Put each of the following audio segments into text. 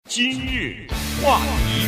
今日话题，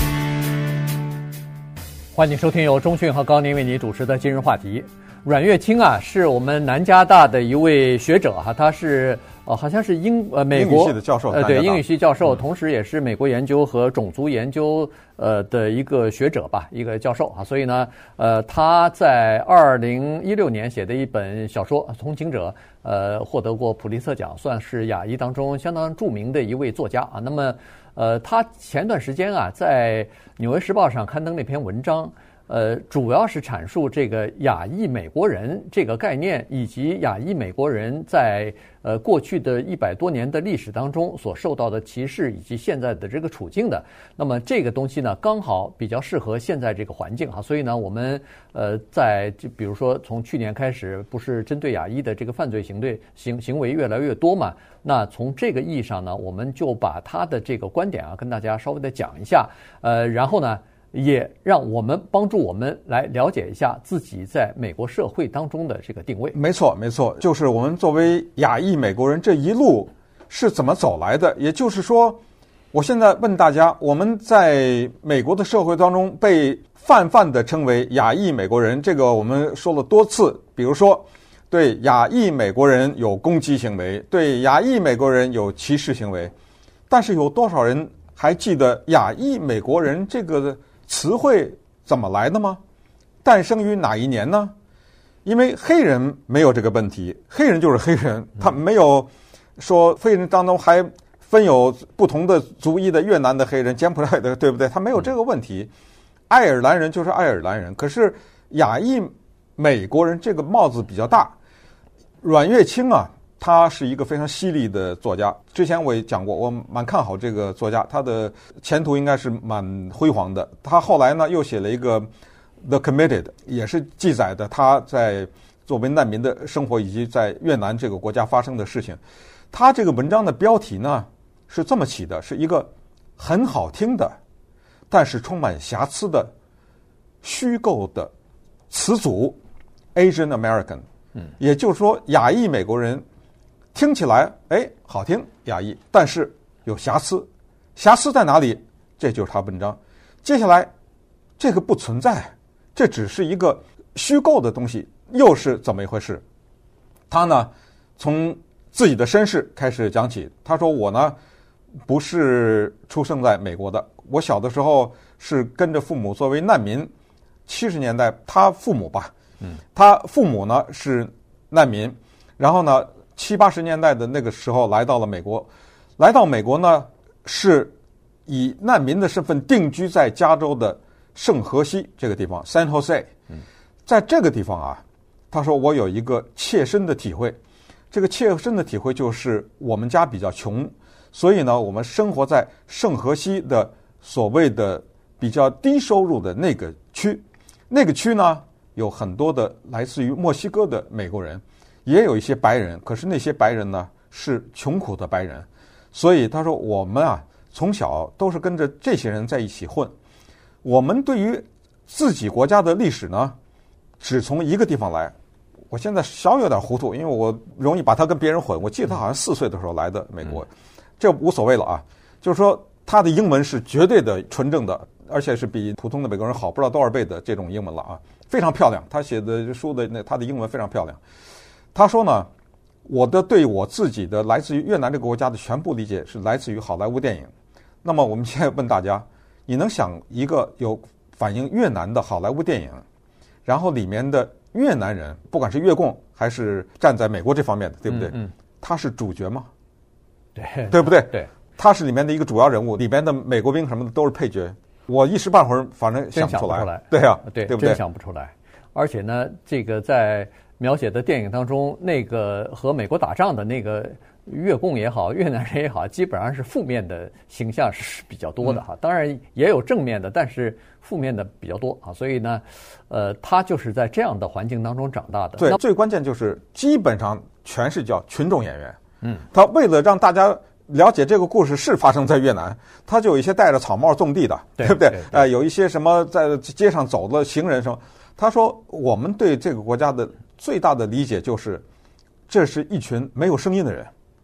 欢迎收听由钟迅和高宁为你主持的今日话题。阮岳清啊，是我们南加大的一位学者哈，他是好像是美国英语系的教授， 对，英语系教授，同时也是美国研究和种族研究的一个学者吧，一个教授啊。所以呢，他在2016年写的一本小说《通勤者》，获得过普利策奖，算是亚裔当中相当著名的一位作家啊。那么，他前段时间啊，在《纽约时报》上刊登了一篇文章。主要是阐述这个亚裔美国人这个概念，以及亚裔美国人在过去的100多年的历史当中所受到的歧视，以及现在的这个处境的。那么这个东西呢，刚好比较适合现在这个环境哈。所以呢，我们比如说从去年开始，不是针对亚裔的这个犯罪行为越来越多嘛？那从这个意义上呢，我们就把他的这个观点啊，跟大家稍微的讲一下。然后呢，也让我们帮助我们来了解一下自己在美国社会当中的这个定位。 没错，没错，就是我们作为亚裔美国人这一路是怎么走来的。也就是说，我现在问大家，我们在美国的社会当中被泛泛的称为亚裔美国人，这个我们说了多次。比如说，对亚裔美国人有攻击行为，对亚裔美国人有歧视行为，但是有多少人还记得亚裔美国人这个词汇怎么来的吗？诞生于哪一年呢？因为黑人没有这个问题，黑人就是黑人，他没有说黑人当中还分有不同的族裔的越南的黑人、柬埔寨的，对不对？他没有这个问题。爱尔兰人就是爱尔兰人，可是亚裔美国人这个帽子比较大。阮岳清啊，他是一个非常犀利的作家，之前我也讲过，我蛮看好这个作家，他的前途应该是蛮辉煌的。他后来呢又写了一个《The Committed》，也是记载的他在作为难民的生活以及在越南这个国家发生的事情。他这个文章的标题呢是这么起的，是一个很好听的但是充满瑕疵的虚构的词组 Asian American， 也就是说亚裔美国人听起来好听，亚裔，但是有瑕疵。瑕疵在哪里？这就是他文章。接下来这个不存在，这只是一个虚构的东西，又是怎么一回事？他呢从自己的身世开始讲起。他说，我呢不是出生在美国的，我小的时候是跟着父母作为难民。70年代他父母呢是难民，然后呢70、80年代的那个时候来到了美国。来到美国呢是以难民的身份定居在加州的圣荷西这个地方 San Jose。 在这个地方啊，他说我有一个切身的体会。这个切身的体会就是我们家比较穷，所以呢我们生活在圣荷西的所谓的比较低收入的那个区。那个区呢有很多的来自于墨西哥的美国人，也有一些白人，可是那些白人呢是穷苦的白人。所以他说我们啊从小都是跟着这些人在一起混。我们对于自己国家的历史呢只从一个地方来。我现在小有点糊涂，因为我容易把他跟别人混。我记得他好像4岁的时候来的美国，这无所谓了啊。就是说他的英文是绝对的纯正的，而且是比普通的美国人好不知道多少倍的这种英文了啊，非常漂亮。他写的书的他的英文非常漂亮。他说呢，我对我自己的来自于越南这个国家的全部理解是来自于好莱坞电影。那么我们现在问大家，你能想一个有反映越南的好莱坞电影，然后里面的越南人，不管是越共还是站在美国这方面的，对不对？他是主角吗？对不对？ 对， 他是里面的一个主要人物，里面的美国兵什么的都是配角。我一时半会儿反正想不出来。对啊， 对不对？ 真想不出来。而且呢，这个在描写的电影当中，那个和美国打仗的那个越共也好，越南人也好，基本上是负面的形象是比较多的哈。当然也有正面的，但是负面的比较多啊。所以呢，他就是在这样的环境当中长大的。 对，最关键就是基本上全是叫群众演员。他为了让大家了解这个故事是发生在越南，他就有一些戴着草帽种地的，对不对？有一些什么在街上走的行人什么。他说我们对这个国家的最大的理解就是，这是一群没有声音的人。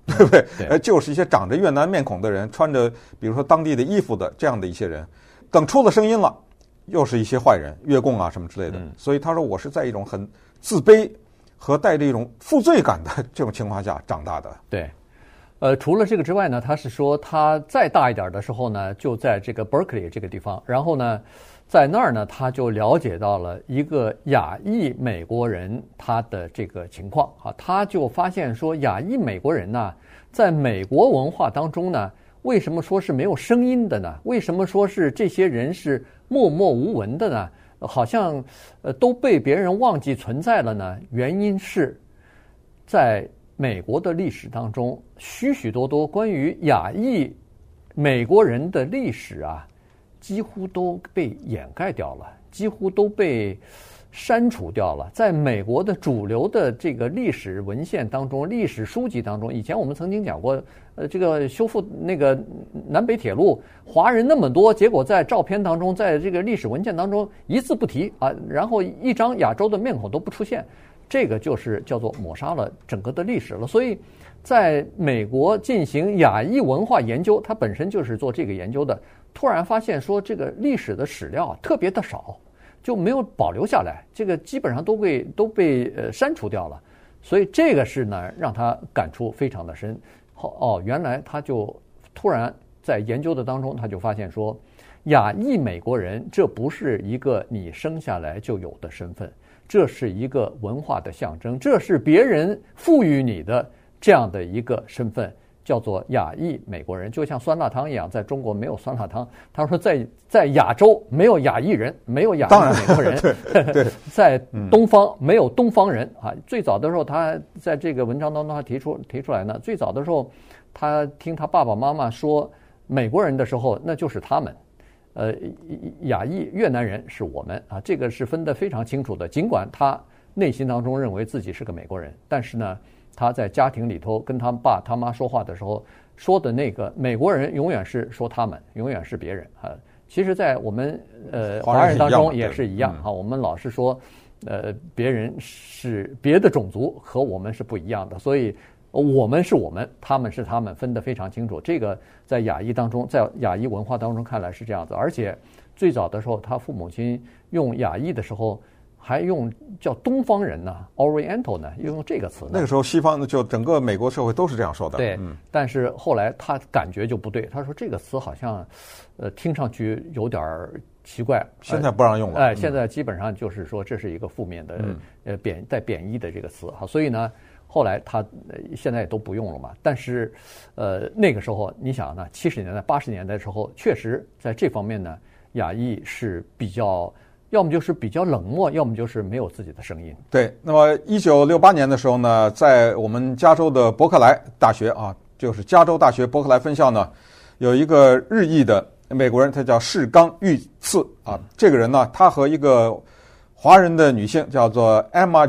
对不对？就是一些长着越南面孔的人，穿着比如说当地的衣服的这样的一些人，等出了声音了，又是一些坏人，越共啊什么之类的。所以他说我是在一种很自卑和带着一种负罪感的这种情况下长大的。 对。除了这个之外呢，他是说他再大一点的时候呢，就在这个 Berkeley 这个地方，然后呢，在那儿呢，他就了解到了一个亚裔美国人他的这个情况啊，他就发现说，亚裔美国人呢，在美国文化当中呢，为什么说是没有声音的呢？为什么说是这些人是默默无闻的呢？好像都被别人忘记存在了呢？原因是在美国的历史当中，许许多多关于亚裔美国人的历史啊，几乎都被掩盖掉了，几乎都被删除掉了。在美国的主流的这个历史文献当中，历史书籍当中，以前我们曾经讲过，这个修复那个南北铁路，华人那么多，结果在照片当中，在这个历史文件当中一字不提啊，然后一张亚洲的面孔都不出现。这个就是叫做抹杀了整个的历史了。所以在美国进行亚裔文化研究，它本身就是做这个研究的，突然发现说这个历史的史料特别的少，就没有保留下来，这个基本上都被删除掉了。所以这个是呢让他感触非常的深。原来他就突然在研究的当中，他就发现说，亚裔美国人这不是一个你生下来就有的身份，这是一个文化的象征，这是别人赋予你的这样的一个身份，叫做亚裔美国人。就像酸辣汤一样，在中国没有酸辣汤，他说在亚洲没有亚裔人，没有亚裔美国人， 对在东方没有东方人啊。最早的时候，他在这个文章当中他提出来呢，最早的时候，他听他爸爸妈妈说美国人的时候，那就是他们。亚裔越南人是我们啊，这个是分得非常清楚的。尽管他内心当中认为自己是个美国人，但是呢，他在家庭里头跟他爸他妈说话的时候说的那个美国人，永远是说他们，永远是别人啊。其实，在我们华人当中也是一样啊，我们老是说别人是别的种族和我们是不一样的，所以我们是我们，他们是他们，分得非常清楚。这个在亚裔当中，在亚裔文化当中看来是这样子。而且最早的时候，他父母亲用亚裔的时候，还用叫东方人呢 ，Oriental 呢，用这个词呢。 那个时候，西方的就整个美国社会都是这样说的。 对，但是后来他感觉就不对，他说这个词好像，听上去有点奇怪。 现在不让用了。 现在基本上就是说这是一个负面的带贬义的这个词哈，所以呢。后来他现在也都不用了嘛，但是那个时候你想呢，70年代80年代的时候，确实在这方面呢，亚裔是比较，要么就是比较冷漠，要么就是没有自己的声音。 对，那么1968年的时候呢，在我们加州的伯克莱大学啊，就是加州大学伯克莱分校呢，有一个日裔的美国人，他叫世刚玉次啊，这个人呢，他和一个华人的女性叫做 Emma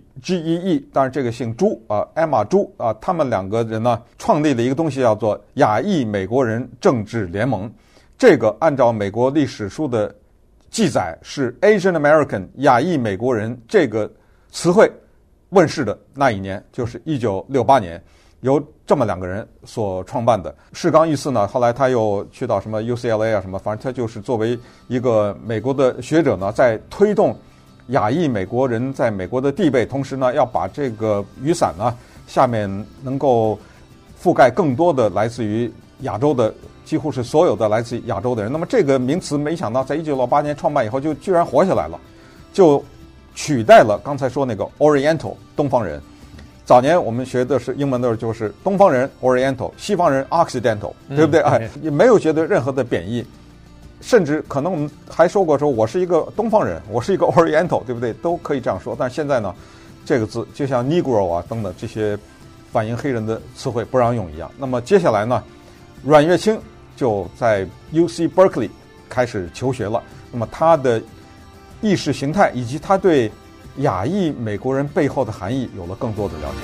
Gee， 当然这个姓朱啊 ，Emma 朱啊，他们两个人呢创立了一个东西叫做亚裔美国人政治联盟。这个按照美国历史书的记载是 Asian American 亚裔美国人这个词汇问世的那一年，就是1968年，由这么两个人所创办的。世刚玉次呢，后来他又去到什么 UCLA 啊什么，反正他就是作为一个美国的学者呢，在推动亚裔美国人在美国的地位，同时呢，要把这个雨伞呢下面能够覆盖更多的来自于亚洲的，几乎是所有的来自亚洲的人。那么这个名词没想到在1968年创办以后就居然活下来了，就取代了刚才说那个 Oriental 东方人。早年我们学的是英文的就是东方人 Oriental， 西方人 Occidental， 对不对？也没有觉得任何的贬义。甚至可能我们还说过说我是一个东方人，我是一个 Oriental， 对不对？都可以这样说。但是现在呢，这个字就像 Negro 啊等等这些反映黑人的词汇不让用一样。那么接下来呢，阮月清就在 UC Berkeley 开始求学了。那么他的意识形态以及他对亚裔美国人背后的含义有了更多的了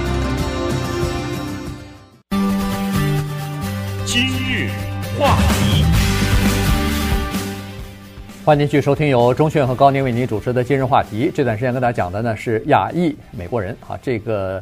解。今日话题。 欢迎继续收听由钟迅和高宁为您主持的今日话题。这段时间跟大家讲的呢是亚裔美国人啊，这个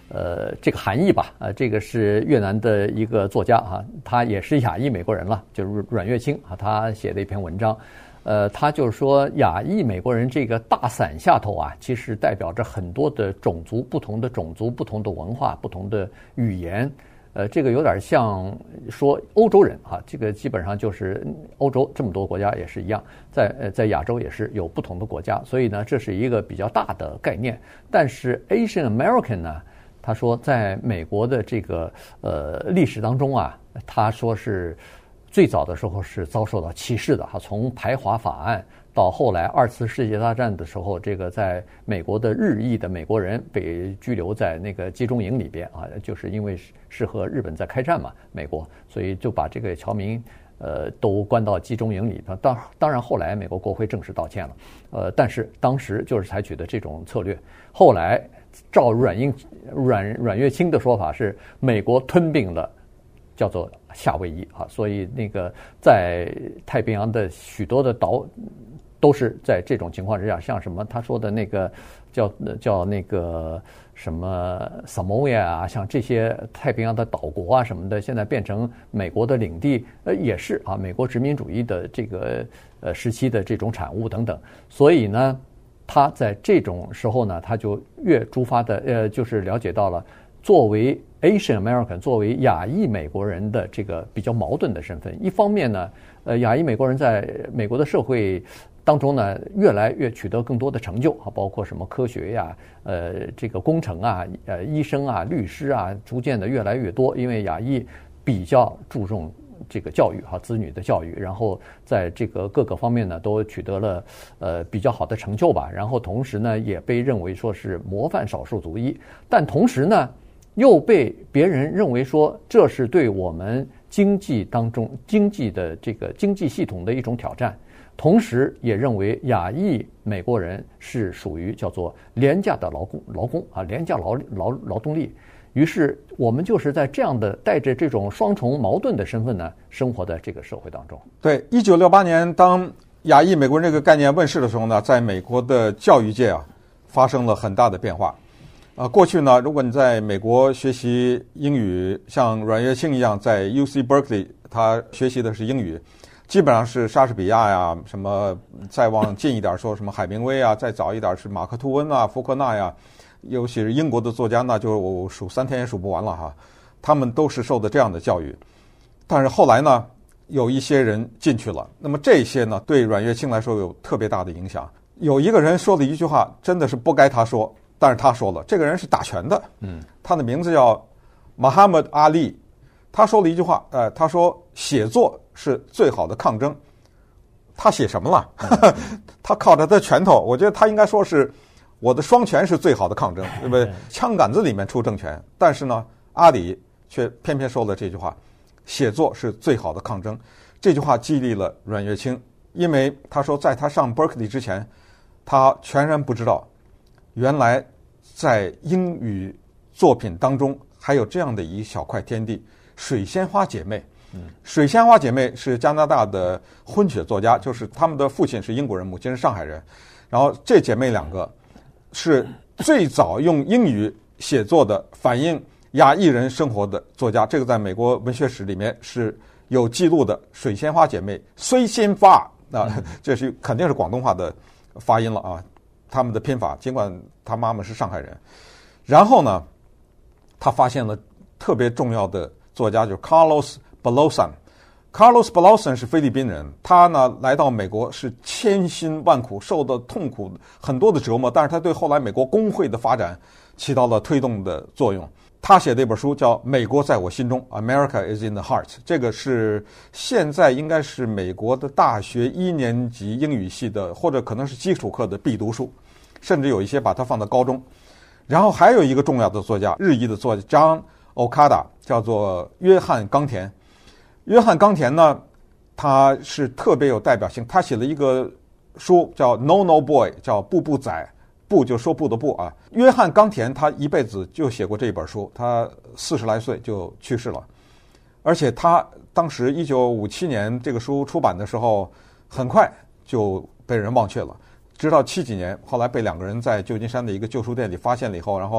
这个含义吧。这个是越南的一个作家啊，他也是亚裔美国人了，就是阮月清啊，他写的一篇文章。他就是说，亚裔美国人这个大伞下头啊，其实代表着很多的种族、不同的种族、不同的文化、不同的语言。这个有点像说欧洲人啊，这个基本上就是欧洲这么多国家也是一样，在亚洲也是有不同的国家，所以呢，这是一个比较大的概念。但是 Asian American 呢，他说在美国的这个历史当中啊，他说是最早的时候是遭受到歧视的哈，从排华法案到后来2次世界大战的时候，这个在美国的日裔的美国人被拘留在那个集中营里边啊，就是因为是和日本在开战嘛，美国，所以就把这个侨民都关到集中营里。当然后来美国国会正式道歉了，但是当时就是采取的这种策略。后来照阮月清的说法是，美国吞并了叫做夏威夷啊，所以那个在太平洋的许多的岛都是在这种情况之下，像什么他说的那个叫那个什么萨摩亚啊，像这些太平洋的岛国啊什么的，现在变成美国的领地，也是啊，美国殖民主义的这个时期的这种产物等等。所以呢，他在这种时候呢，他就越出发的就是了解到了作为Asian American 作为亚裔美国人的这个比较矛盾的身份。一方面呢，亚裔美国人在美国的社会当中呢，越来越取得更多的成就啊，包括什么科学呀、这个工程啊、医生啊、律师啊，逐渐的越来越多。因为亚裔比较注重这个教育哈，子女的教育，然后在这个各个方面呢都取得了比较好的成就吧。然后同时呢，也被认为说是模范少数族裔，但同时呢，又被别人认为说这是对我们经济的这个经济系统的一种挑战，同时也认为亚裔美国人是属于叫做廉价的劳工啊，廉价劳动力。于是我们就是在这样的带着这种双重矛盾的身份呢，生活在这个社会当中。 对，1968年当亚裔美国人这个概念问世的时候呢，在美国的教育界啊发生了很大的变化。过去呢，如果你在美国学习英语，像阮月清一样在 UC Berkeley， 他学习的是英语，基本上是莎士比亚呀，什么再往近一点说什么海明威啊，再早一点是马克吐温啊、福克纳呀，尤其是英国的作家，那就我数3天也数不完了哈。他们都是受的这样的教育，但是后来呢，有一些人进去了，那么这些呢，对阮月清来说有特别大的影响。有一个人说了一句话，真的是不该他说。但是他说了，这个人是打拳的，他的名字叫 Muhammad Ali， 他说了一句话，他说写作是最好的抗争。他写什么了？他靠着他的拳头，我觉得他应该说是我的双拳是最好的抗争，对不对？枪杆子里面出政权。但是呢，阿里却偏偏说了这句话，写作是最好的抗争。这句话激励了阮月清，因为他说在他上 Berkeley 之前，他全然不知道原来在英语作品当中还有这样的一小块天地，水仙花姐妹。水仙花姐妹是加拿大的混血作家，就是他们的父亲是英国人，母亲是上海人。然后这姐妹2个是最早用英语写作的反映亚裔人生活的作家，这个在美国文学史里面是有记录的。水仙花姐妹，水仙花这是肯定是广东话的发音了啊。他们的拼法，尽管他妈妈是上海人。然后呢，他发现了特别重要的作家，就是 Carlos Balozan。Carlos Balozan 是菲律宾人，他呢来到美国是千辛万苦，受到痛苦很多的折磨，但是他对后来美国工会的发展起到了推动的作用。他写的一本书叫《美国在我心中》 America is in the heart， 这个是现在应该是美国的大学1年级英语系的，或者可能是基础课的必读书，甚至有一些把它放到高中。然后还有一个重要的作家，日裔的作家 John Okada， 叫做约翰冈田。约翰冈田呢，他是特别有代表性，他写了一个书叫 No No Boy， 叫步步仔，步就说步的步啊。约翰冈田他一辈子就写过这本书，他40来岁就去世了。而且他当时1957年这个书出版的时候，很快就被人忘却了，直到70几年，后来被2个人在旧金山的一个旧书店里发现了以后，然后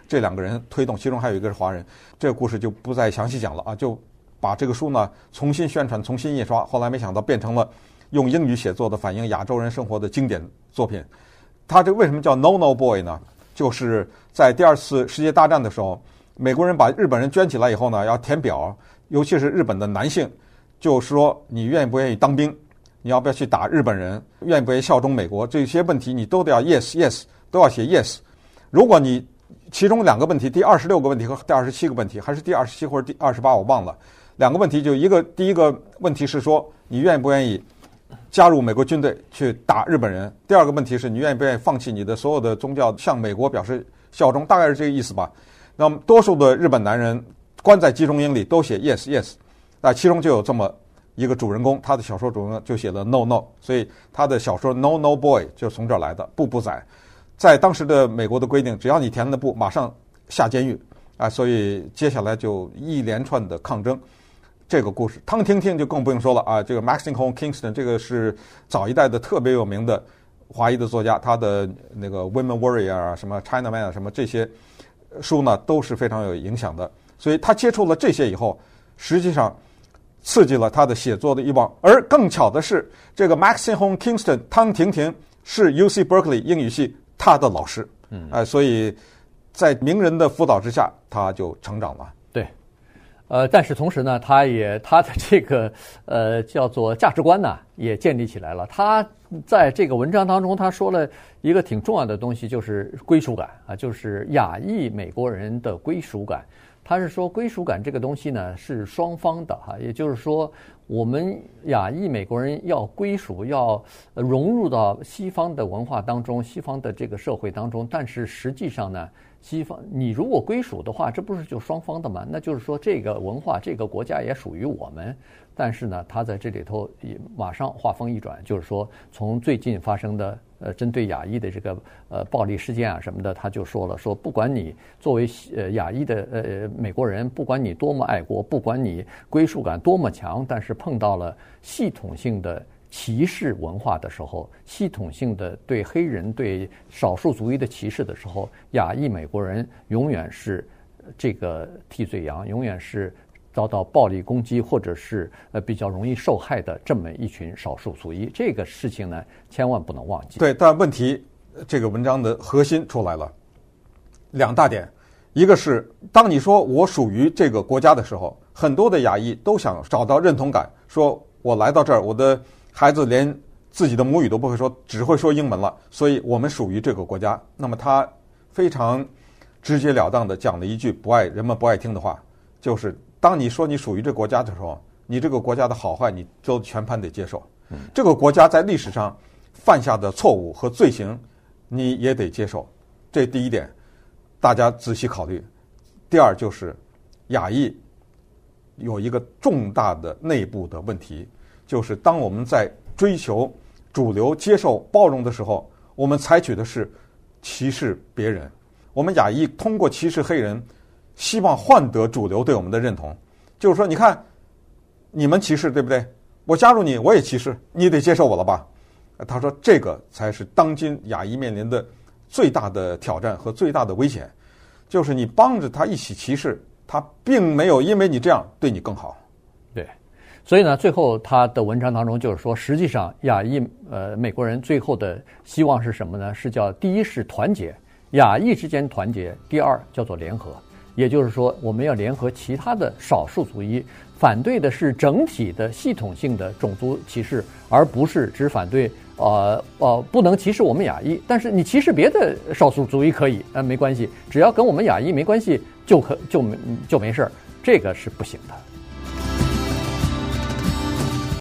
这两个人推动，其中还有一个是华人。这个故事就不再详细讲了啊，就把这个书呢重新宣传、重新印刷。后来没想到变成了用英语写作的反映亚洲人生活的经典作品。他这为什么叫 No No Boy 呢？就是在第二次世界大战的时候，美国人把日本人圈起来以后呢，要填表，尤其是日本的男性，就说你愿意不愿意当兵，你要不要去打日本人，愿意不愿意效忠美国，这些问题你都得要 yes yes， 都要写 yes。如果你其中2个问题，第26个问题和第27个问题，还是第27或者第28我忘了，2个问题，就第一个问题是说你愿意不愿意加入美国军队去打日本人，第2个问题是你愿意不愿意放弃你的所有的宗教，向美国表示效忠，大概是这个意思吧。那么多数的日本男人关在集中营里都写 yes yes， 那其中就有这么一个主人公，他的小说主人公就写了 no no， 所以他的小说 No No Boy 就从这儿来的，不仔。在当时的美国的规定，只要你填了不，马上下监狱啊，所以接下来就一连串的抗争。这个故事汤婷婷就更不用说了啊，这个 Maxine Hong Kingston 这个是早一代的特别有名的华裔的作家，他的那个 Women Warrior 啊，什么 China Man 啊，什么这些书呢都是非常有影响的。所以他接触了这些以后，实际上刺激了他的写作的欲望。而更巧的是，这个 Maxine Hong Kingston 汤婷婷是 UC Berkeley 英语系他的老师，所以在名人的辅导之下，他就成长了。 对，但是同时呢，他的这个叫做价值观呢也建立起来了。他在这个文章当中，他说了一个挺重要的东西，就是归属感啊，就是亚裔美国人的归属感。他是说归属感这个东西呢是双方的哈，也就是说我们亚裔美国人要归属，要融入到西方的文化当中，西方的这个社会当中。但是实际上呢，西方你如果归属的话，这不是就双方的吗？那就是说这个文化这个国家也属于我们。但是呢，他在这里头也马上话锋一转，就是说从最近发生的针对亚裔的这个暴力事件啊什么的，他就说了，说不管你作为亚裔的美国人，不管你多么爱国，不管你归属感多么强，但是碰到了系统性的歧视文化的时候，系统性的对黑人对少数族裔的歧视的时候，亚裔美国人永远是这个替罪羊，永远是遭到暴力攻击或者是比较容易受害的这么一群少数族裔。这个事情呢千万不能忘记。 对，但问题这个文章的核心出来了，2大点。一个是当你说我属于这个国家的时候，很多的亚裔都想找到认同感，说我来到这儿，我的孩子连自己的母语都不会说，只会说英文了，所以我们属于这个国家。那么他非常直截了当的讲了一句人们不爱听的话，就是当你说你属于这个国家的时候，你这个国家的好坏你都全盘得接受。这个国家在历史上犯下的错误和罪行你也得接受，这第一点大家仔细考虑。第二就是亚裔有一个重大的内部的问题，就是当我们在追求主流接受包容的时候，我们采取的是歧视别人。我们亚裔通过歧视黑人希望换得主流对我们的认同，就是说你看你们歧视对不对，我加入你我也歧视，你得接受我了吧。他说这个才是当今亚裔面临的最大的挑战和最大的危险，就是你帮着他一起歧视他，并没有因为你这样对你更好。 对，所以呢最后他的文章当中就是说，实际上亚裔美国人最后的希望是什么呢？是叫第一是团结，亚裔之间团结，第二叫做联合。也就是说我们要联合其他的少数族裔，反对的是整体的系统性的种族歧视，而不是只反对不能歧视我们亚裔，但是你歧视别的少数族裔可以没关系，只要跟我们亚裔没关系就没事，这个是不行的。